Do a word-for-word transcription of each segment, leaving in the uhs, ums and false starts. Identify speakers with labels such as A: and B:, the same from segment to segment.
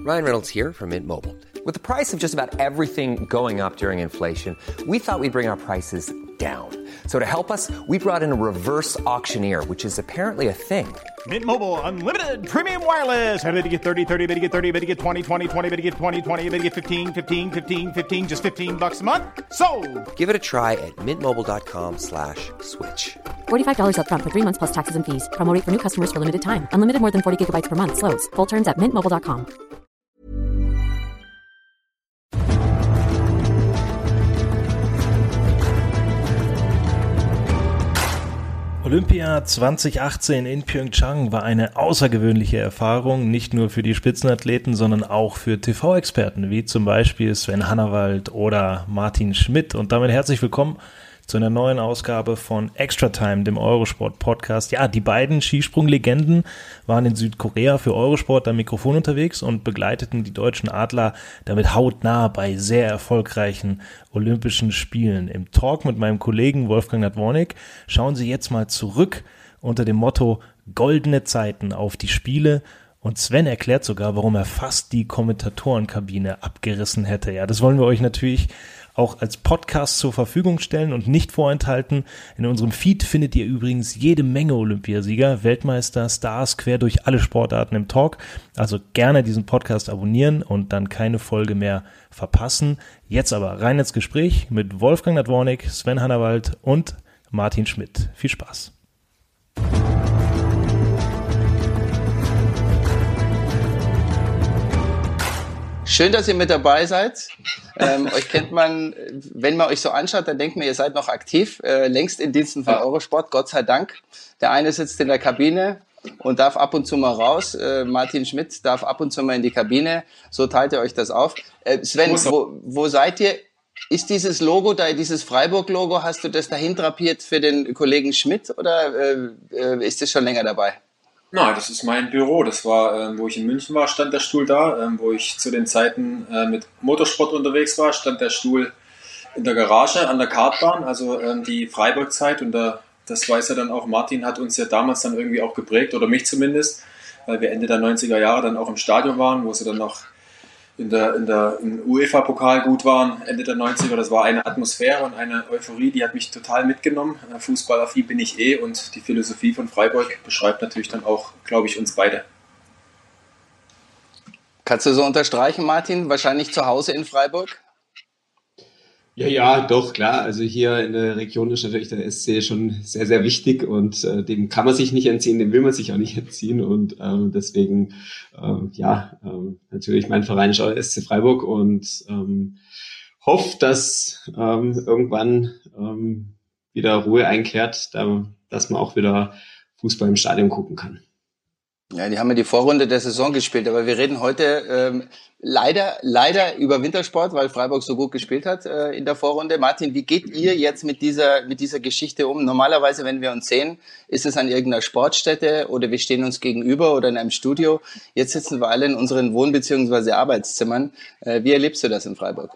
A: Ryan Reynolds here from Mint Mobile. With the price of just about everything going up during inflation, we thought we'd bring our prices down. So to help us, we brought in a reverse auctioneer, which is apparently a thing.
B: Mint Mobile Unlimited Premium Wireless. How to get thirty, thirty, how to get thirty, how to get twenty, twenty, twenty, how to get twenty, twenty, how to get fifteen, fifteen, fifteen, fifteen, just fifteen bucks a month? Sold!
A: Give it a try at mintmobile.com slash switch.
C: forty-five dollars up front for three months plus taxes and fees. Promo rate for new customers for limited time. Unlimited more than forty gigabytes per month. Slows full terms at mint mobile dot com.
D: Olympia zwanzig achtzehn in Pyeongchang war eine außergewöhnliche Erfahrung, nicht nur für die Spitzenathleten, sondern auch für T V-Experten, wie zum Beispiel Sven Hannawald oder Martin Schmidt. Und damit herzlich willkommen zu einer neuen Ausgabe von Extra Time, dem Eurosport-Podcast. Ja, die beiden Skisprung-Legenden waren in Südkorea für Eurosport am Mikrofon unterwegs und begleiteten die deutschen Adler damit hautnah bei sehr erfolgreichen Olympischen Spielen. Im Talk mit meinem Kollegen Wolfgang Nadwornik schauen Sie jetzt mal zurück unter dem Motto Goldene Zeiten auf die Spiele. Und Sven erklärt sogar, warum er fast die Kommentatorenkabine abgerissen hätte. Ja, das wollen wir euch natürlich auch als Podcast zur Verfügung stellen und nicht vorenthalten. In unserem Feed findet ihr übrigens jede Menge Olympiasieger, Weltmeister, Stars quer durch alle Sportarten im Talk. Also gerne diesen Podcast abonnieren und dann keine Folge mehr verpassen. Jetzt aber rein ins Gespräch mit Wolfgang Nadwornik, Sven Hannawald und Martin Schmidt. Viel Spaß.
E: Schön, dass ihr mit dabei seid. Ähm, euch kennt man, wenn man euch so anschaut, dann denkt man, ihr seid noch aktiv, äh, längst in Diensten von Eurosport, Gott sei Dank. Der eine sitzt in der Kabine und darf ab und zu mal raus. Äh, Martin Schmidt darf ab und zu mal in die Kabine. So teilt ihr euch das auf. Äh, Sven, wo, wo seid ihr? Ist dieses Logo da, dieses Freiburg-Logo, hast du das dahin drapiert für den Kollegen Schmidt oder äh, ist das schon länger dabei?
F: Na, das ist mein Büro. Das war, ähm, wo ich in München war, stand der Stuhl da. Ähm, wo ich zu den Zeiten äh, mit Motorsport unterwegs war, stand der Stuhl in der Garage an der Kartbahn, also ähm, die Freiburg-Zeit. Und da, das weiß ja dann auch, Martin hat uns ja damals dann irgendwie auch geprägt, oder mich zumindest, weil wir Ende der neunziger Jahre dann auch im Stadion waren, wo sie dann noch in der, in der im UEFA-Pokal gut waren, Ende der neunziger. Das war eine Atmosphäre und eine Euphorie, die hat mich total mitgenommen. Fußballaffin bin ich eh und die Philosophie von Freiburg beschreibt natürlich dann auch, glaube ich, uns beide.
E: Kannst du so unterstreichen, Martin? Wahrscheinlich zu Hause in Freiburg?
G: Ja, ja, doch, klar. Also hier in der Region ist natürlich der S C schon sehr, sehr wichtig und äh, dem kann man sich nicht entziehen, dem will man sich auch nicht entziehen und ähm, deswegen, ähm, ja, ähm, natürlich mein Verein ist auch S C Freiburg und ähm, hoffe, dass ähm, irgendwann ähm, wieder Ruhe einkehrt, da, dass man auch wieder Fußball im Stadion gucken kann.
E: Ja, die haben ja die Vorrunde der Saison gespielt, aber wir reden heute ähm, leider leider über Wintersport, weil Freiburg so gut gespielt hat äh, in der Vorrunde. Martin, wie geht ihr jetzt mit dieser mit dieser Geschichte um? Normalerweise, wenn wir uns sehen, ist es an irgendeiner Sportstätte oder wir stehen uns gegenüber oder in einem Studio. Jetzt sitzen wir alle in unseren Wohn- bzw. Arbeitszimmern. Äh, wie erlebst du das in Freiburg?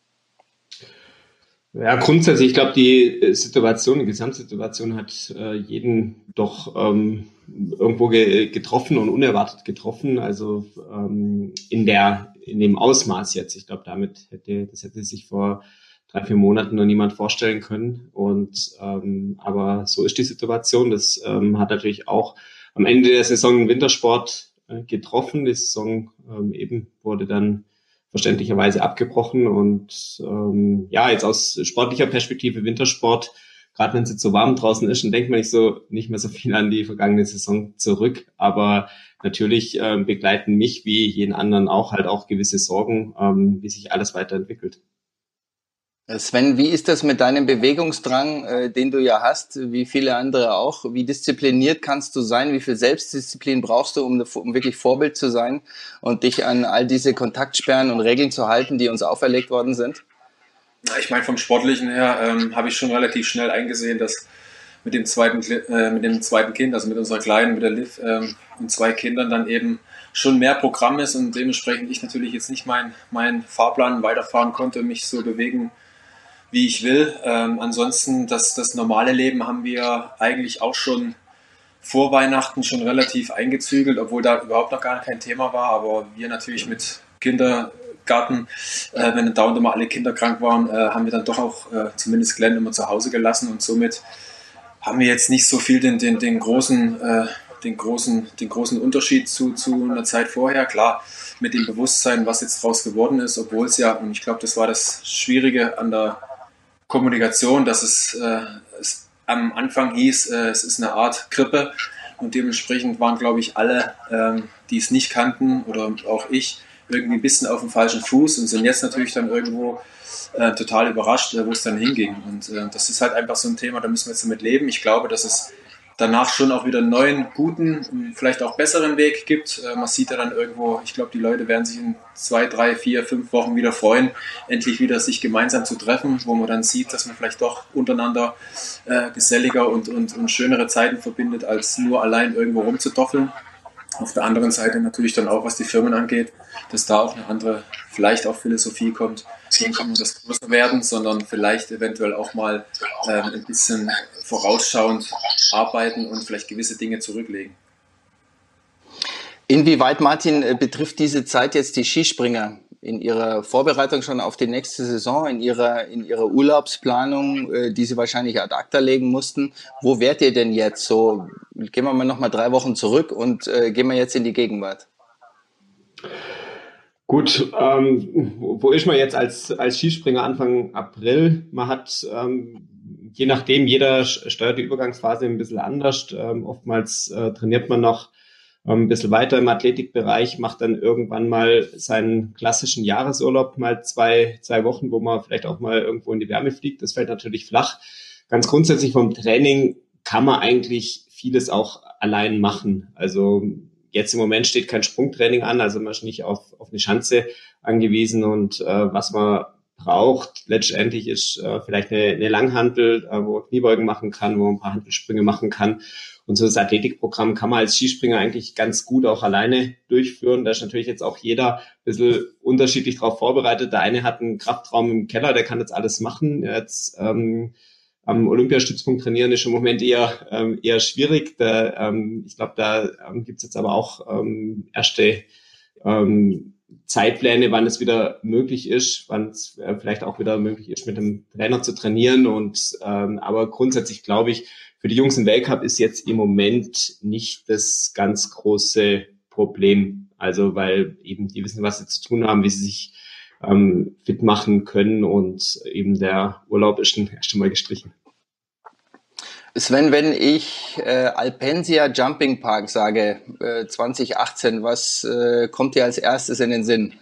G: Ja, grundsätzlich, ich glaube, die Situation, die Gesamtsituation hat äh, jeden doch ähm, irgendwo ge- getroffen und unerwartet getroffen. Also ähm, in der in dem Ausmaß jetzt. Ich glaube, damit hätte das hätte sich vor drei, vier Monaten noch niemand vorstellen können. Und ähm, aber so ist die Situation. Das ähm, hat natürlich auch am Ende der Saison Wintersport äh, getroffen. Die Saison ähm, eben wurde dann verständlicherweise abgebrochen und ähm, ja, jetzt aus sportlicher Perspektive Wintersport, gerade wenn es jetzt so warm draußen ist, dann denkt man nicht so nicht mehr so viel an die vergangene Saison zurück, aber natürlich ähm, begleiten mich wie jeden anderen auch halt auch gewisse Sorgen, ähm, wie sich alles weiterentwickelt.
E: Sven, wie ist das mit deinem Bewegungsdrang, äh, den du ja hast, wie viele andere auch? Wie diszipliniert kannst du sein? Wie viel Selbstdisziplin brauchst du, um, um wirklich Vorbild zu sein und dich an all diese Kontaktsperren und Regeln zu halten, die uns auferlegt worden sind?
F: Ich meine, vom Sportlichen her ähm, habe ich schon relativ schnell eingesehen, dass mit dem zweiten, äh, mit dem zweiten Kind, also mit unserer Kleinen, mit der Liv ähm, und zwei Kindern dann eben schon mehr Programm ist und dementsprechend ich natürlich jetzt nicht meinen mein Fahrplan weiterfahren konnte und mich so bewegen, wie ich will. Ähm, ansonsten, das, das normale Leben haben wir eigentlich auch schon vor Weihnachten schon relativ eingezügelt, obwohl da überhaupt noch gar kein Thema war. Aber wir natürlich mit Kindergarten, äh, wenn dauernd immer alle Kinder krank waren, äh, haben wir dann doch auch äh, zumindest Glenn immer zu Hause gelassen. Und somit haben wir jetzt nicht so viel den, den, den, großen, äh, den, großen, den großen Unterschied zu, zu einer Zeit vorher. Klar, mit dem Bewusstsein, was jetzt draus geworden ist, obwohl es ja, und ich glaube, das war das Schwierige an der Kommunikation, dass es, äh, es am Anfang hieß, äh, es ist eine Art Grippe und dementsprechend waren, glaube ich, alle, ähm, die es nicht kannten oder auch ich, irgendwie ein bisschen auf dem falschen Fuß und sind jetzt natürlich dann irgendwo äh, total überrascht, äh, wo es dann hinging. Und äh, das ist halt einfach so ein Thema, da müssen wir jetzt damit leben. Ich glaube, dass es danach schon auch wieder einen neuen, guten, vielleicht auch besseren Weg gibt. Äh, man sieht ja dann irgendwo, ich glaube, die Leute werden sich in zwei, drei, vier, fünf Wochen wieder freuen, endlich wieder sich gemeinsam zu treffen, wo man dann sieht, dass man vielleicht doch untereinander äh, geselliger und, und, und schönere Zeiten verbindet, als nur allein irgendwo rumzudoffeln. Auf der anderen Seite natürlich dann auch, was die Firmen angeht, dass da auch eine andere, vielleicht auch Philosophie kommt. So kann man das größer werden, sondern vielleicht eventuell auch mal ähm, ein bisschen vorausschauend arbeiten und vielleicht gewisse Dinge zurücklegen.
E: Inwieweit, Martin, betrifft diese Zeit jetzt die Skispringer in ihrer Vorbereitung schon auf die nächste Saison, in ihrer, in ihrer Urlaubsplanung, die sie wahrscheinlich ad acta legen mussten? Wo wärt ihr denn jetzt so? Gehen wir mal noch mal drei Wochen zurück und äh, gehen wir jetzt in die Gegenwart.
G: Gut, ähm, wo ist man jetzt als, als Skispringer Anfang April? Man hat, ähm, je nachdem, jeder steuert die Übergangsphase ein bisschen anders. Ähm, oftmals äh, trainiert man noch ähm, ein bisschen weiter im Athletikbereich, macht dann irgendwann mal seinen klassischen Jahresurlaub, mal zwei, zwei Wochen, wo man vielleicht auch mal irgendwo in die Wärme fliegt. Das fällt natürlich flach. Ganz grundsätzlich vom Training kann man eigentlich vieles auch allein machen. Also jetzt im Moment steht kein Sprungtraining an, also man ist nicht auf, auf eine Schanze angewiesen und äh, was man braucht letztendlich ist äh, vielleicht eine, eine Langhantel, äh, wo man Kniebeugen machen kann, wo man ein paar Handelsprünge machen kann. Und so das Athletikprogramm kann man als Skispringer eigentlich ganz gut auch alleine durchführen. Da ist natürlich jetzt auch jeder ein bisschen unterschiedlich darauf vorbereitet. Der eine hat einen Kraftraum im Keller, der kann jetzt alles machen. Jetzt ähm, am Olympiastützpunkt trainieren ist im Moment eher ähm, eher schwierig. Da, ähm, ich glaube, da ähm, gibt es jetzt aber auch ähm, erste ähm, Zeitpläne, wann es wieder möglich ist, wann es äh, vielleicht auch wieder möglich ist, mit dem Trainer zu trainieren. Und ähm, aber grundsätzlich glaube ich, für die Jungs im Weltcup ist jetzt im Moment nicht das ganz große Problem. Also weil eben die wissen, was sie zu tun haben, wie sie sich ähm, fit machen können und eben der Urlaub ist schon erst einmal gestrichen.
E: Sven, wenn ich äh, Alpensia Jumping Park sage, äh, zwanzig achtzehn, was äh, kommt dir als erstes in den Sinn?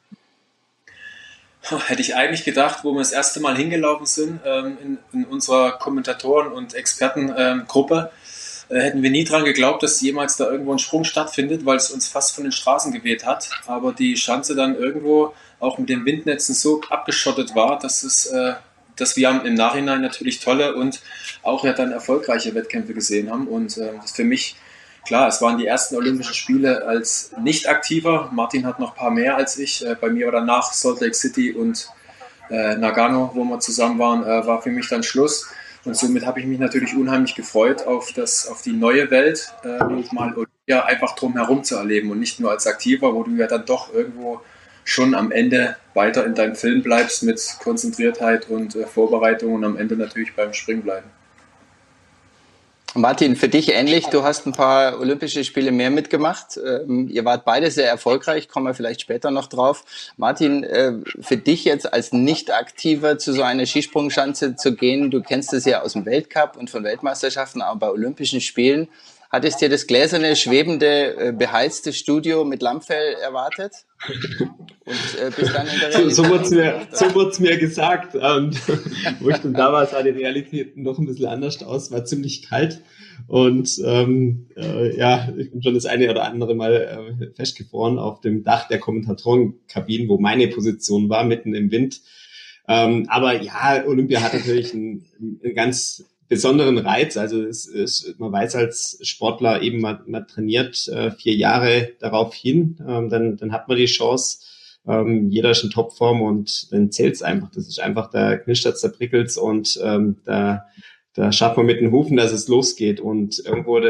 F: Hätte ich eigentlich gedacht, wo wir das erste Mal hingelaufen sind, ähm, in, in unserer Kommentatoren- und Expertengruppe, ähm, äh, hätten wir nie dran geglaubt, dass jemals da irgendwo ein Sprung stattfindet, weil es uns fast von den Straßen geweht hat. Aber die Schanze dann irgendwo auch mit den Windnetzen so abgeschottet war, dass es, äh, dass wir im Nachhinein natürlich tolle und auch ja dann erfolgreiche Wettkämpfe gesehen haben. Und äh, das für mich, klar, es waren die ersten Olympischen Spiele als Nicht-Aktiver. Martin hat noch ein paar mehr als ich. Äh, bei mir war danach Salt Lake City und äh, Nagano, wo wir zusammen waren, äh, war für mich dann Schluss. Und somit habe ich mich natürlich unheimlich gefreut auf, das, auf die neue Welt äh, und mal Olympia einfach drumherum zu erleben und nicht nur als Aktiver, wo du ja dann doch irgendwo schon am Ende weiter in deinem Film bleibst mit Konzentriertheit und äh, Vorbereitung und am Ende natürlich beim Springen bleiben.
E: Martin, für dich ähnlich, du hast ein paar Olympische Spiele mehr mitgemacht. Ähm, ihr wart beide sehr erfolgreich, kommen wir vielleicht später noch drauf. Martin, äh, für dich jetzt als Nicht-Aktiver zu so einer Skisprungschanze zu gehen, du kennst es ja aus dem Weltcup und von Weltmeisterschaften, aber bei Olympischen Spielen, hattest dir das gläserne, schwebende, äh, beheizte Studio mit Lammfell erwartet? Und äh, bis dann in der Realität.
G: So, so wurde es mir, so wurd's mir gesagt. Und wo ich dann da war, sah die Realität noch ein bisschen anders aus, war ziemlich kalt. Und ähm, äh, ja, ich bin schon das eine oder andere Mal äh, festgefroren auf dem Dach der Kommentatorenkabinen, wo meine Position war, mitten im Wind. Ähm, aber ja, Olympia hat natürlich einen, einen ganz besonderen Reiz. Also es ist, man weiß als Sportler eben, man, man trainiert äh, vier Jahre darauf hin, ähm, dann, dann hat man die Chance. Ähm, jeder ist in Topform und dann zählt's einfach. Das ist einfach, da knistert's, da prickelt's und ähm, da, da schafft man mit den Hufen, dass es losgeht. Und irgendwo, da,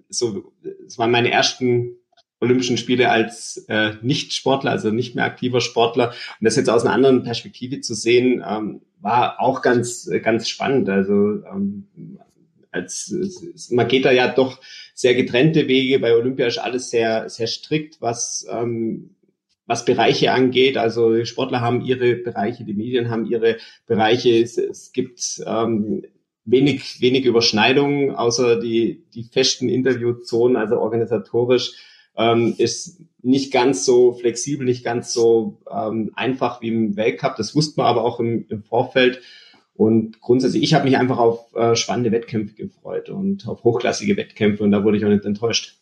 G: so, es waren meine ersten Olympischen Spiele als äh, Nicht-Sportler, also nicht mehr aktiver Sportler. Und das jetzt aus einer anderen Perspektive zu sehen, ähm, war auch ganz, ganz spannend. Also ähm, als man geht da ja doch sehr getrennte Wege. Bei Olympia ist alles sehr, sehr strikt, was ähm, was Bereiche angeht. Also die Sportler haben ihre Bereiche, die Medien haben ihre Bereiche. Es, es gibt ähm, wenig, wenig Überschneidungen, außer die die festen Interviewzonen, also organisatorisch. Ähm, ist nicht ganz so flexibel, nicht ganz so ähm, einfach wie im Weltcup. Das wusste man aber auch im, im Vorfeld. Und grundsätzlich, ich habe mich einfach auf äh, spannende Wettkämpfe gefreut und auf hochklassige Wettkämpfe, und da wurde ich auch nicht enttäuscht.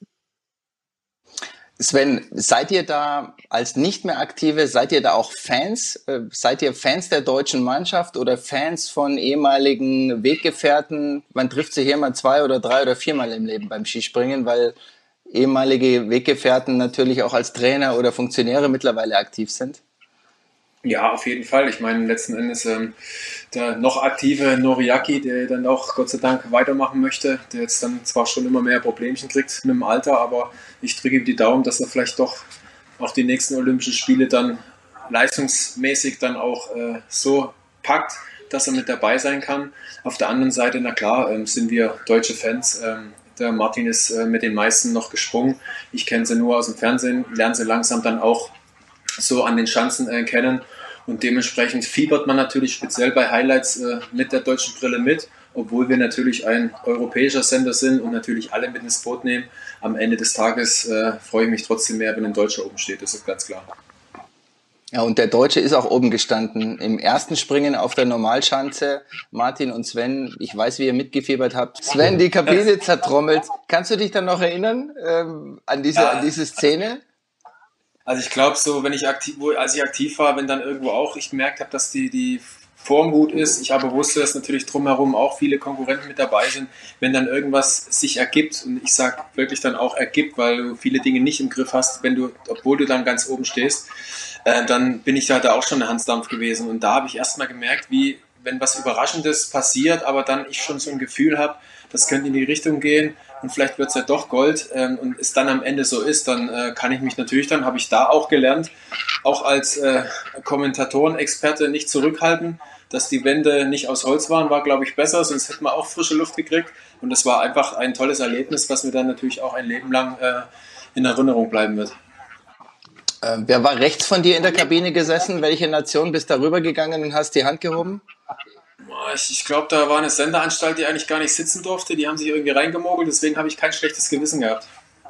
E: Sven, seid ihr da als nicht mehr Aktive, seid ihr da auch Fans? Äh, seid ihr Fans der deutschen Mannschaft oder Fans von ehemaligen Weggefährten? Man trifft sich hier mal zwei oder drei oder viermal im Leben beim Skispringen, weil ehemalige Weggefährten natürlich auch als Trainer oder Funktionäre mittlerweile aktiv sind?
F: Ja, auf jeden Fall. Ich meine, letzten Endes ähm, der noch aktive Noriaki, der dann auch Gott sei Dank weitermachen möchte, der jetzt dann zwar schon immer mehr Problemchen kriegt mit dem Alter, aber ich drücke ihm die Daumen, dass er vielleicht doch auch die nächsten Olympischen Spiele dann leistungsmäßig dann auch äh, so packt, dass er mit dabei sein kann. Auf der anderen Seite, na klar, ähm, sind wir deutsche Fans. Ähm, Der Martin ist äh, mit den meisten noch gesprungen. Ich kenne sie nur aus dem Fernsehen, lerne sie langsam dann auch so an den Schanzen äh, kennen. Und dementsprechend fiebert man natürlich speziell bei Highlights äh, mit der deutschen Brille mit, obwohl wir natürlich ein europäischer Sender sind und natürlich alle mit ins Boot nehmen. Am Ende des Tages äh, freue ich mich trotzdem mehr, wenn ein Deutscher oben steht, das ist ganz klar.
E: Ja, und der Deutsche ist auch oben gestanden. Im ersten Springen auf der Normalschanze, Martin und Sven, ich weiß, wie ihr mitgefiebert habt. Sven, die Kabine zertrommelt. Kannst du dich dann noch erinnern ähm, an diese,
F: ja,
E: an diese Szene?
F: Also ich glaube so, wenn ich aktiv, als ich aktiv war, wenn dann irgendwo auch ich gemerkt habe, dass die, die Form gut ist, ich aber wusste, dass natürlich drumherum auch viele Konkurrenten mit dabei sind, wenn dann irgendwas sich ergibt, und ich sage wirklich dann auch ergibt, weil du viele Dinge nicht im Griff hast, wenn du, obwohl du dann ganz oben stehst, äh, dann bin ich halt da auch schon der Hansdampf gewesen, und da habe ich erstmal gemerkt, wie, wenn was Überraschendes passiert, aber dann ich schon so ein Gefühl habe, das könnte in die Richtung gehen und vielleicht wird es ja doch Gold, ähm, und es dann am Ende so ist, dann äh, kann ich mich natürlich, dann habe ich da auch gelernt, auch als äh, Kommentatorenexperte nicht zurückhalten, dass die Wände nicht aus Holz waren, war glaube ich besser, sonst hätten wir auch frische Luft gekriegt, und das war einfach ein tolles Erlebnis, was mir dann natürlich auch ein Leben lang äh, in Erinnerung bleiben wird.
E: Äh, wer war rechts von dir in der Kabine gesessen? Welche Nation bist da rübergegangen und hast die Hand gehoben?
F: Ich, ich glaube, da war eine Sendeanstalt, die eigentlich gar nicht sitzen durfte. Die haben sich irgendwie reingemogelt, deswegen habe ich kein schlechtes Gewissen gehabt.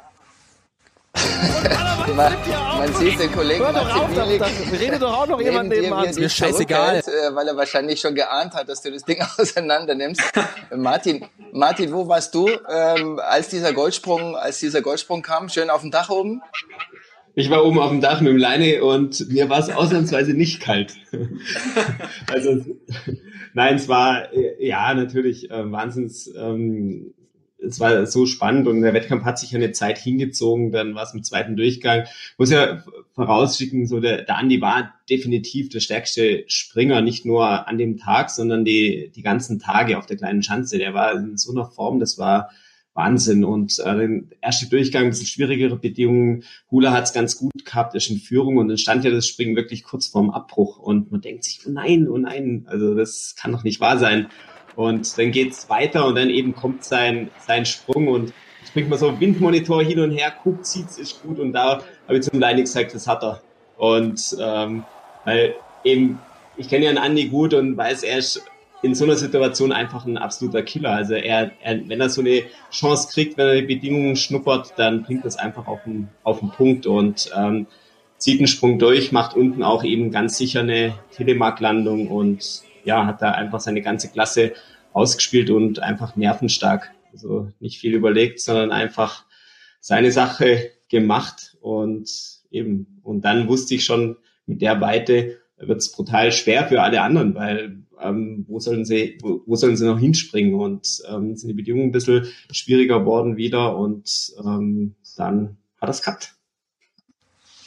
E: man, man sieht den Kollegen
H: Hör doch auf,
E: Milik,
H: rede doch auch noch jemand nebenan.
E: Ist mir scheißegal. Äh, weil er wahrscheinlich schon geahnt hat, dass du das Ding auseinander nimmst. Martin, Martin, wo warst du, ähm, als dieser Goldsprung, als dieser Goldsprung kam? Schön auf dem Dach oben?
G: Ich war oben auf dem Dach mit dem Leine und mir war es ausnahmsweise nicht kalt. Also nein, es war ja natürlich äh, wahnsinns. Ähm, es war so spannend, und der Wettkampf hat sich ja eine Zeit hingezogen. Dann war es im zweiten Durchgang. Ich muss ja vorausschicken, so der, der Andi war definitiv der stärkste Springer, nicht nur an dem Tag, sondern die die ganzen Tage auf der kleinen Schanze. Der war in so einer Form, das war Wahnsinn. Und äh, der erste Durchgang, ein bisschen schwierigere Bedingungen. Hula hat es ganz gut gehabt, ist in Führung, und dann stand ja das Springen wirklich kurz vorm Abbruch, und man denkt sich, oh nein, oh nein, also das kann doch nicht wahr sein. Und dann geht's weiter, und dann eben kommt sein sein Sprung, und springt man so Windmonitor hin und her, guckt, sieht's, ist gut, und da habe ich zum Leine gesagt, das hat er. Und ähm, weil eben, ich kenne ja einen Andi gut und weiß, er ist in so einer Situation einfach ein absoluter Killer. Also er, er, wenn er so eine Chance kriegt, wenn er die Bedingungen schnuppert, dann bringt das einfach auf den, auf den Punkt, und ähm, zieht einen Sprung durch, macht unten auch eben ganz sicher eine Telemark-Landung, und ja, hat da einfach seine ganze Klasse ausgespielt und einfach nervenstark. Also nicht viel überlegt, sondern einfach seine Sache gemacht, und eben, und dann wusste ich schon, mit der Weite wird es brutal schwer für alle anderen, weil ähm, wo sollen sie wo, wo sollen sie noch hinspringen, und ähm, sind die Bedingungen ein bisschen schwieriger geworden wieder, und ähm, dann hat er es gehabt.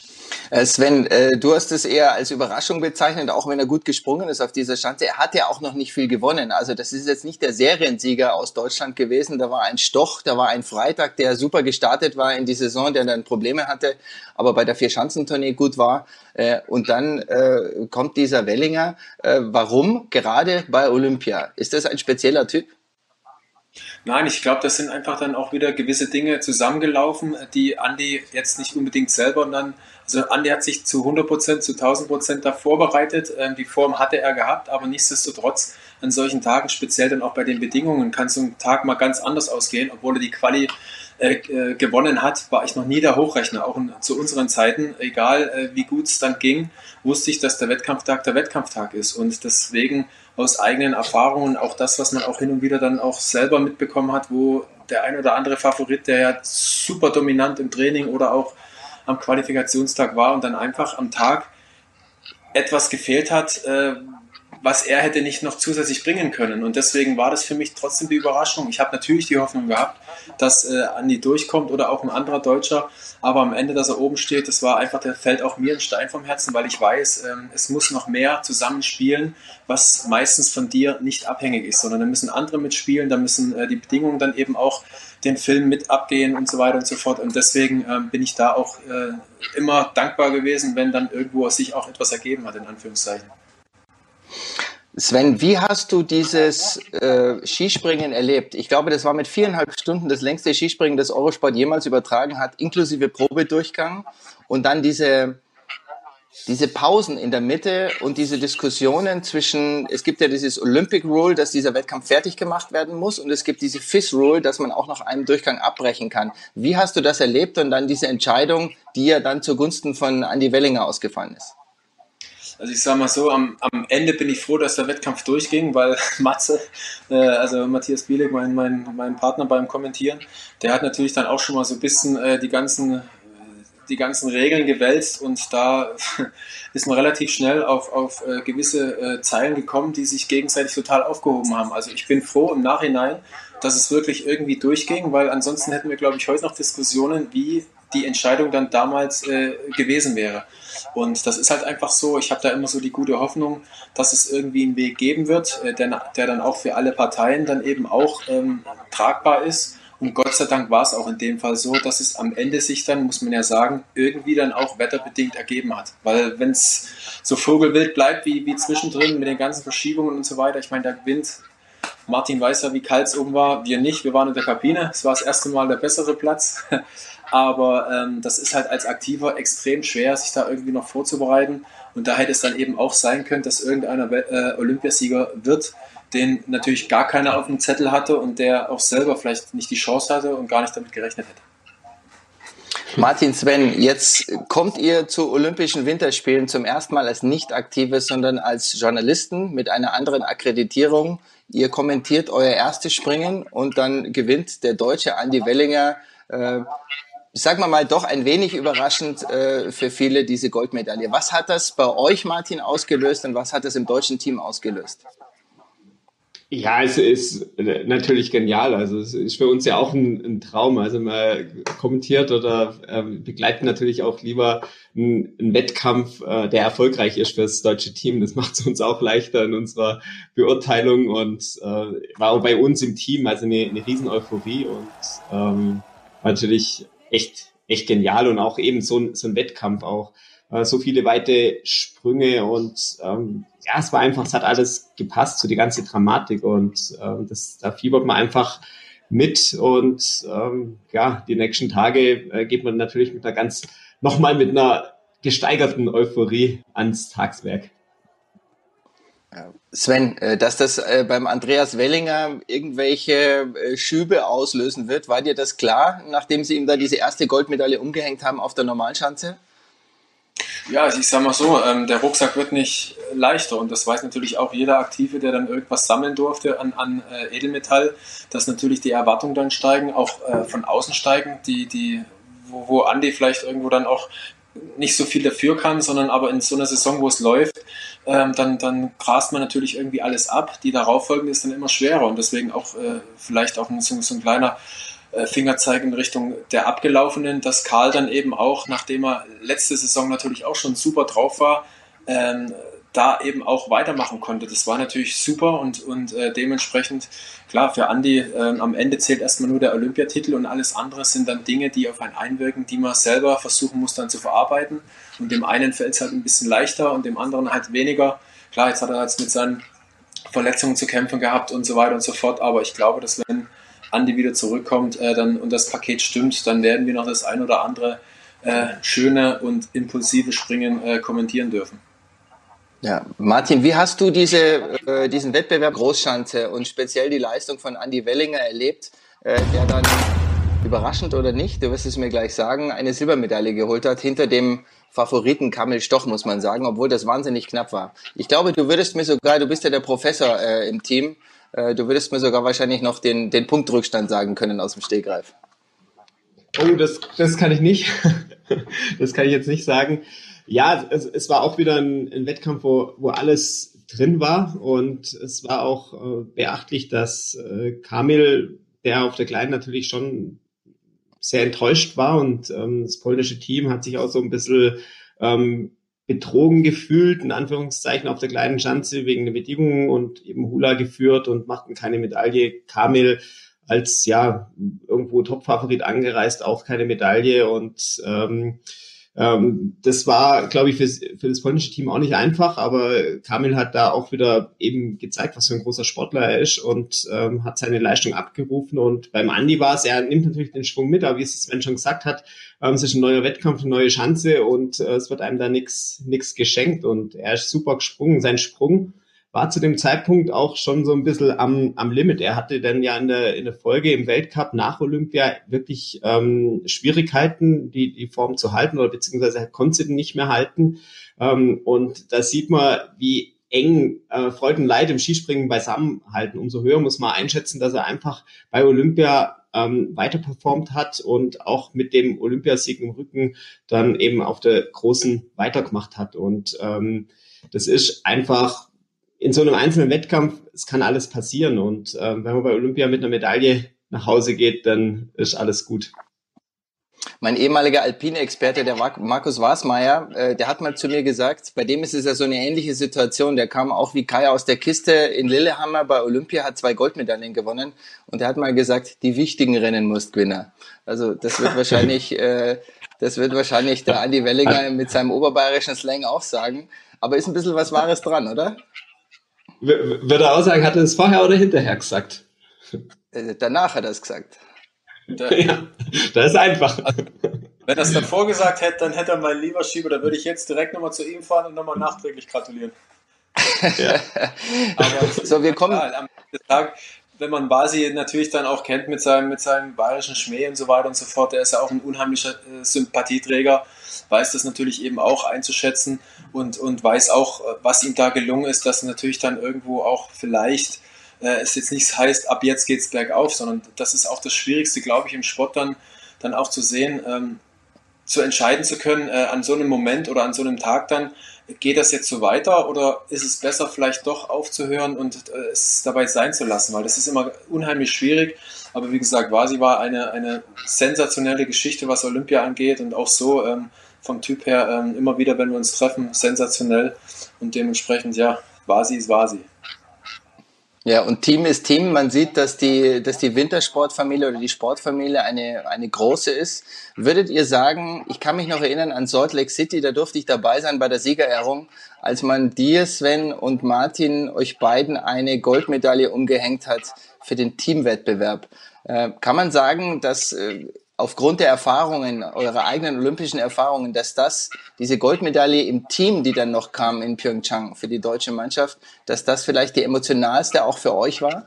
E: Sven, äh, du hast es eher als Überraschung bezeichnet, auch wenn er gut gesprungen ist auf dieser Schanze. Er hat ja auch noch nicht viel gewonnen. Also das ist jetzt nicht der Seriensieger aus Deutschland gewesen. Da war ein Stoch, da war ein Freitag, der super gestartet war in die Saison, der dann Probleme hatte, aber bei der Vier-Schanzentournee gut war. Äh, und dann äh, kommt dieser Wellinger. Äh, warum gerade bei Olympia? Ist das ein spezieller Typ?
F: Nein, ich glaube, das sind einfach dann auch wieder gewisse Dinge zusammengelaufen, die Andi jetzt nicht unbedingt selber und dann, also Andi hat sich zu hundert Prozent, zu tausend Prozent da vorbereitet, die Form hatte er gehabt, aber nichtsdestotrotz an solchen Tagen, speziell dann auch bei den Bedingungen, kann so ein Tag mal ganz anders ausgehen, obwohl er die Quali äh, gewonnen hat, war ich noch nie der Hochrechner, auch in, zu unseren Zeiten, egal äh, wie gut es dann ging, wusste ich, dass der Wettkampftag der Wettkampftag ist und deswegen aus eigenen Erfahrungen, auch das, was man auch hin und wieder dann auch selber mitbekommen hat, wo der ein oder andere Favorit, der ja super dominant im Training oder auch am Qualifikationstag war und dann einfach am Tag etwas gefehlt hat, äh, was er hätte nicht noch zusätzlich bringen können. Und deswegen war das für mich trotzdem die Überraschung. Ich habe natürlich die Hoffnung gehabt, dass äh, Andi durchkommt oder auch ein anderer Deutscher, aber am Ende, dass er oben steht, das war einfach, der fällt auch mir ein Stein vom Herzen, weil ich weiß, ähm, es muss noch mehr zusammenspielen, was meistens von dir nicht abhängig ist, sondern da müssen andere mitspielen, da müssen äh, die Bedingungen dann eben auch den Film mit abgehen und so weiter und so fort. Und deswegen ähm, bin ich da auch äh, immer dankbar gewesen, wenn dann irgendwo sich auch etwas ergeben hat, in Anführungszeichen.
E: Sven, wie hast du dieses äh, Skispringen erlebt? Ich glaube, das war mit viereinhalb Stunden das längste Skispringen, das Eurosport jemals übertragen hat, inklusive Probedurchgang. Und dann diese, diese Pausen in der Mitte und diese Diskussionen zwischen, es gibt ja dieses Olympic Rule, dass dieser Wettkampf fertig gemacht werden muss, und es gibt diese F I S Rule, dass man auch nach einem Durchgang abbrechen kann. Wie hast du das erlebt und dann diese Entscheidung, die ja dann zugunsten von Andi Wellinger ausgefallen ist?
F: Also ich sage mal so, am, am Ende bin ich froh, dass der Wettkampf durchging, weil Matze, äh, also Matthias Bielek, mein, mein, mein Partner beim Kommentieren, der hat natürlich dann auch schon mal so ein bisschen äh, die ganzen, die ganzen Regeln gewälzt, und da ist man relativ schnell auf, auf äh, gewisse äh, Zeilen gekommen, die sich gegenseitig total aufgehoben haben. Also ich bin froh im Nachhinein, dass es wirklich irgendwie durchging, weil ansonsten hätten wir, glaube ich, heute noch Diskussionen, wie die Entscheidung dann damals äh, gewesen wäre. Und das ist halt einfach so, ich habe da immer so die gute Hoffnung, dass es irgendwie einen Weg geben wird, äh, der, der dann auch für alle Parteien dann eben auch ähm, tragbar ist. Und Gott sei Dank war es auch in dem Fall so, dass es am Ende sich dann, muss man ja sagen, irgendwie dann auch wetterbedingt ergeben hat. Weil wenn es so vogelwild bleibt wie, wie zwischendrin mit den ganzen Verschiebungen und so weiter, ich meine, der Wind, Martin weiß ja, wie kalt es oben war, wir nicht, wir waren in der Kabine, es war das erste Mal der bessere Platz. Aber ähm, das ist halt als Aktiver extrem schwer, sich da irgendwie noch vorzubereiten. Und da hätte es dann eben auch sein können, dass irgendeiner äh, Olympiasieger wird, den natürlich gar keiner auf dem Zettel hatte und der auch selber vielleicht nicht die Chance hatte und gar nicht damit gerechnet hätte.
E: Martin, Sven, jetzt kommt ihr zu Olympischen Winterspielen zum ersten Mal als Nicht-Aktive, sondern als Journalisten mit einer anderen Akkreditierung. Ihr kommentiert euer erstes Springen und dann gewinnt der Deutsche Andi Wellinger, äh, sagen wir mal, doch ein wenig überraschend äh, für viele diese Goldmedaille. Was hat das bei euch, Martin, ausgelöst und was hat das im deutschen Team ausgelöst?
G: Ja, es ist natürlich genial. Also es ist für uns ja auch ein, ein Traum. Also man kommentiert oder ähm, begleitet natürlich auch lieber einen, einen Wettkampf, äh, der erfolgreich ist für das deutsche Team. Das macht es uns auch leichter in unserer Beurteilung und äh, war auch bei uns im Team also eine, eine riesen Euphorie und ähm, natürlich echt echt genial und auch eben so ein, so ein Wettkampf auch. Äh, so viele weite Sprünge und ähm, ja, es war einfach, es hat alles gepasst, so die ganze Dramatik und ähm, das, da fiebert man einfach mit und ähm, ja, die nächsten Tage äh, geht man natürlich mit einer ganz, nochmal mit einer gesteigerten Euphorie ans Tagswerk.
E: Sven, dass das beim Andreas Wellinger irgendwelche Schübe auslösen wird, war dir das klar, nachdem sie ihm da diese erste Goldmedaille umgehängt haben auf der Normalschanze?
F: Ja, also ich sag mal so, ähm, der Rucksack wird nicht leichter und das weiß natürlich auch jeder Aktive, der dann irgendwas sammeln durfte an, an äh, Edelmetall, dass natürlich die Erwartungen dann steigen, auch äh, von außen steigen, die, die, wo, wo Andi vielleicht irgendwo dann auch nicht so viel dafür kann, sondern aber in so einer Saison, wo es läuft, ähm, dann, dann grast man natürlich irgendwie alles ab. Die darauffolgende ist dann immer schwerer und deswegen auch äh, vielleicht auch so, so ein kleiner äh, Fingerzeig in Richtung der Abgelaufenen, dass Karl dann eben auch, nachdem er letzte Saison natürlich auch schon super drauf war, ähm, da eben auch weitermachen konnte. Das war natürlich super und, und äh, dementsprechend, klar, für Andi äh, am Ende zählt erstmal nur der Olympiatitel und alles andere sind dann Dinge, die auf einen einwirken, die man selber versuchen muss dann zu verarbeiten. Und dem einen fällt es halt ein bisschen leichter und dem anderen halt weniger. Klar, jetzt hat er jetzt mit seinen Verletzungen zu kämpfen gehabt und so weiter und so fort, aber ich glaube, dass wenn Andi wieder zurückkommt äh, dann, und das Paket stimmt, dann werden wir noch das ein oder andere äh, schöne und impulsive Springen äh, kommentieren dürfen.
E: Ja, Martin, wie hast du diese, äh, diesen Wettbewerb Großschanze und speziell die Leistung von Andi Wellinger erlebt, äh, der dann überraschend oder nicht, du wirst es mir gleich sagen, eine Silbermedaille geholt hat, hinter dem Favoriten Kamil Stoch, muss man sagen, obwohl das wahnsinnig knapp war. Ich glaube, du würdest mir sogar, du bist ja der Professor äh, im Team, äh, du würdest mir sogar wahrscheinlich noch den, den Punktrückstand sagen können aus dem Stegreif.
G: Oh, das, das kann ich nicht. Das kann ich jetzt nicht sagen. Ja, es, es war auch wieder ein, ein Wettkampf, wo, wo alles drin war und es war auch äh, beachtlich, dass äh, Kamil, der auf der Kleinen natürlich schon sehr enttäuscht war und ähm, das polnische Team hat sich auch so ein bisschen ähm, betrogen gefühlt, in Anführungszeichen, auf der Kleinen Schanze wegen der Bedingungen und eben Hula geführt und machten keine Medaille. Kamil als ja irgendwo Topfavorit angereist, auch keine Medaille und ähm, ähm, das war, glaube ich, für, für das polnische Team auch nicht einfach, aber Kamil hat da auch wieder eben gezeigt, was für ein großer Sportler er ist und ähm, hat seine Leistung abgerufen und beim Andi war es, er nimmt natürlich den Schwung mit, aber wie es Sven schon gesagt hat, ähm, es ist ein neuer Wettkampf, eine neue Chance und äh, es wird einem da nichts nichts geschenkt und er ist super gesprungen, sein Sprung war zu dem Zeitpunkt auch schon so ein bisschen am, am Limit. Er hatte dann ja in der, in der Folge im Weltcup nach Olympia wirklich ähm, Schwierigkeiten, die, die Form zu halten oder beziehungsweise er konnte sie nicht mehr halten. Ähm, und da sieht man, wie eng äh, Freude und Leid im Skispringen beisammenhalten. Umso höher muss man einschätzen, dass er einfach bei Olympia ähm, weiter performt hat und auch mit dem Olympiasieg im Rücken dann eben auf der Großen weitergemacht hat. Und ähm, das ist einfach in so einem einzelnen Wettkampf, es kann alles passieren und äh, wenn man bei Olympia mit einer Medaille nach Hause geht, dann ist alles gut.
E: Mein ehemaliger Alpine-Experte, der Markus Wasmeier, äh, der hat mal zu mir gesagt, bei dem ist es ja so eine ähnliche Situation, der kam auch wie Kai aus der Kiste in Lillehammer bei Olympia, hat zwei Goldmedaillen gewonnen und der hat mal gesagt, die wichtigen Rennen musst gewinnen. Also das wird wahrscheinlich, äh, das wird wahrscheinlich der Andi Wellinger mit seinem oberbayerischen Slang auch sagen, aber ist ein bisschen was Wahres dran, oder?
G: Würde er auch sagen, hat er es vorher oder hinterher gesagt?
E: Danach hat er es gesagt.
G: Ja, das ist einfach.
F: Also, wenn er es davor gesagt hätte, dann hätte er meinen Lieberschieber, da würde ich jetzt direkt nochmal zu ihm fahren und nochmal nachträglich gratulieren.
E: Ja. Aber so, wir kommen.
F: Klar, am Ende des Tages, wenn man Basi natürlich dann auch kennt mit seinem, mit seinem bayerischen Schmäh und so weiter und so fort, der ist ja auch ein unheimlicher äh, Sympathieträger, weiß das natürlich eben auch einzuschätzen und, und weiß auch, was ihm da gelungen ist, dass natürlich dann irgendwo auch vielleicht äh, es jetzt nichts heißt, ab jetzt geht's bergauf, sondern das ist auch das Schwierigste, glaube ich, im Sport dann, dann auch zu sehen, ähm, zu entscheiden zu können, äh, an so einem Moment oder an so einem Tag dann, geht das jetzt so weiter oder ist es besser vielleicht doch aufzuhören und äh, es dabei sein zu lassen, weil das ist immer unheimlich schwierig, aber wie gesagt, Vasi war eine, eine sensationelle Geschichte, was Olympia angeht und auch so ähm, vom Typ her ähm, immer wieder, wenn wir uns treffen, sensationell und dementsprechend, ja, Vasi ist Vasi.
E: Ja, und Team ist Team. Man sieht, dass die, dass die Wintersportfamilie oder die Sportfamilie eine, eine große ist. Würdet ihr sagen, ich kann mich noch erinnern an Salt Lake City, da durfte ich dabei sein bei der Siegerehrung, als man dir, Sven und Martin, euch beiden eine Goldmedaille umgehängt hat für den Teamwettbewerb. Äh, kann man sagen, dass äh, aufgrund der Erfahrungen, eurer eigenen olympischen Erfahrungen, dass das, diese Goldmedaille im Team, die dann noch kam in Pyeongchang für die deutsche Mannschaft, dass das vielleicht die emotionalste auch für euch war?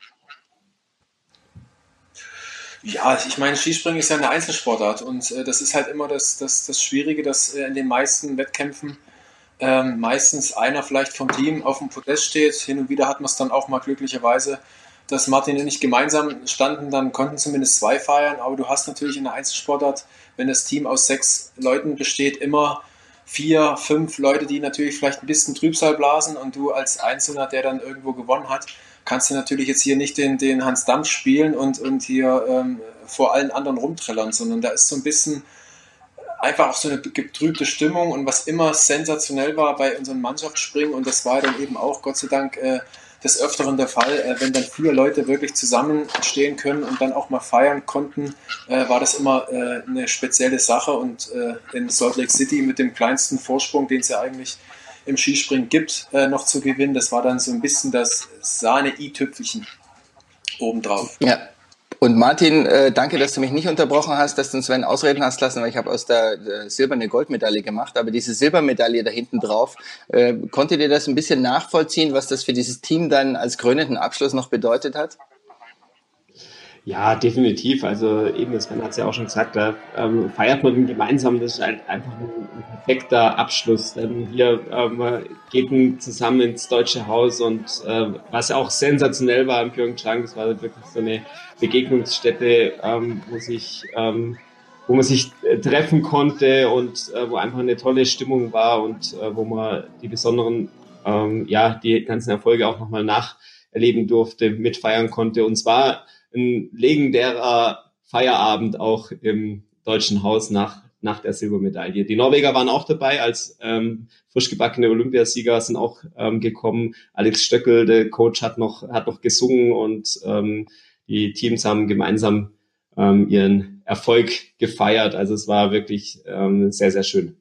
F: Ja, ich meine, Skispringen ist ja eine Einzelsportart und äh, das ist halt immer das, das, das Schwierige, dass äh, in den meisten Wettkämpfen ähm, meistens einer vielleicht vom Team auf dem Podest steht. Hin und wieder hat man es dann auch mal glücklicherweise, dass Martin und ich gemeinsam standen, dann konnten zumindest zwei feiern, aber du hast natürlich in der Einzelsportart, wenn das Team aus sechs Leuten besteht, immer vier, fünf Leute, die natürlich vielleicht ein bisschen Trübsal blasen und du als Einzelner, der dann irgendwo gewonnen hat, kannst du natürlich jetzt hier nicht den, den Hans Dampf spielen und, und hier ähm, vor allen anderen rumträllern, sondern da ist so ein bisschen einfach auch so eine getrübte Stimmung und was immer sensationell war bei unseren Mannschaftsspringen und das war dann eben auch Gott sei Dank äh, des Öfteren der Fall, äh, wenn dann vier Leute wirklich zusammenstehen können und dann auch mal feiern konnten, äh, war das immer äh, eine spezielle Sache und äh, in Salt Lake City mit dem kleinsten Vorsprung, den es ja eigentlich im Skispringen gibt, äh, noch zu gewinnen, das war dann so ein bisschen das Sahne-i-Tüpfelchen obendrauf.
E: Ja. Und Martin, äh, danke, dass du mich nicht unterbrochen hast, dass du uns Sven ausreden hast lassen, weil ich habe aus der, der silberne Goldmedaille gemacht, aber diese Silbermedaille da hinten drauf, äh, konntet ihr das ein bisschen nachvollziehen, was das für dieses Team dann als krönenden Abschluss noch bedeutet hat?
G: Ja, definitiv. Also eben, Sven hat es ja auch schon gesagt, da ähm, feiert man gemeinsam, das ist halt einfach ein, ein perfekter Abschluss. Denn hier ähm, geht man zusammen ins Deutsche Haus und äh, was auch sensationell war in Pyeongchang, das war wirklich so eine Begegnungsstätte, ähm, wo sich ähm, wo man sich äh, treffen konnte und äh, wo einfach eine tolle Stimmung war und äh, wo man die besonderen, ähm, ja, die ganzen Erfolge auch nochmal nacherleben durfte, mitfeiern konnte. Und zwar ein legendärer Feierabend auch im Deutschen Haus nach, nach der Silbermedaille. Die Norweger waren auch dabei, als ähm, frisch gebackene Olympiasieger sind auch ähm, gekommen. Alex Stöckel, der Coach, hat noch, hat noch gesungen und ähm, die Teams haben gemeinsam ähm, ihren Erfolg gefeiert. Also es war wirklich ähm, sehr, sehr schön.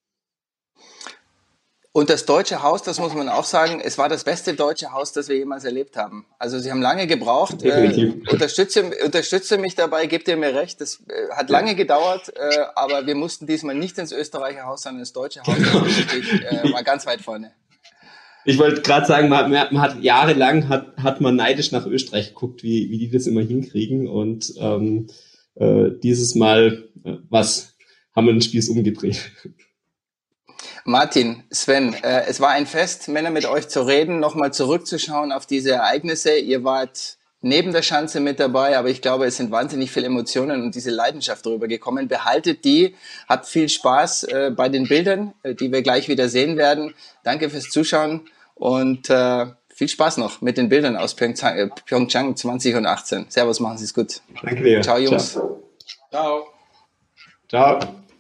E: Und das Deutsche Haus, das muss man auch sagen, es war das beste deutsche Haus, das wir jemals erlebt haben. Also sie haben lange gebraucht. Äh, unterstütze, unterstütze mich dabei, gebt ihr mir recht. Das äh, hat lange gedauert, äh, aber wir mussten diesmal nicht ins Österreicher Haus, sondern ins Deutsche Haus. Das war, wirklich, äh, war ganz weit vorne.
G: Ich wollte gerade sagen, man, man hat jahrelang hat, hat man neidisch nach Österreich geguckt, wie, wie die das immer hinkriegen. Und ähm, äh, dieses Mal äh, was haben wir den Spieß umgedreht.
E: Martin, Sven, äh, es war ein Fest, Männer, mit euch zu reden, nochmal zurückzuschauen auf diese Ereignisse. Ihr wart neben der Schanze mit dabei, aber ich glaube, es sind wahnsinnig viele Emotionen und diese Leidenschaft drüber gekommen. Behaltet die, habt viel Spaß äh, bei den Bildern, äh, die wir gleich wieder sehen werden. Danke fürs Zuschauen und äh, viel Spaß noch mit den Bildern aus Pyeongchang, äh, Pyeongchang zwanzig achtzehn. Servus, machen Sie es gut.
G: Danke dir.
E: Ciao, Jungs.
F: Ciao.
G: Ciao.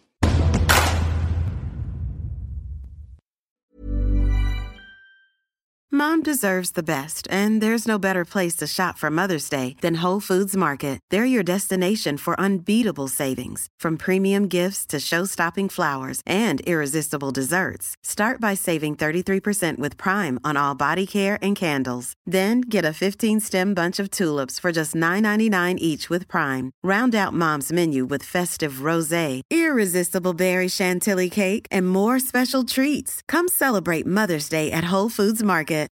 I: Mom deserves the best, and there's no better place to shop for Mother's Day than Whole Foods Market. They're your destination for unbeatable savings, from premium gifts to show-stopping flowers and irresistible desserts. Start by saving thirty-three percent with Prime on all body care and candles. Then get a fifteen-stem bunch of tulips for just nine ninety-nine each with Prime. Round out Mom's menu with festive rosé, irresistible berry chantilly cake, and more special treats. Come celebrate Mother's Day at Whole Foods Market.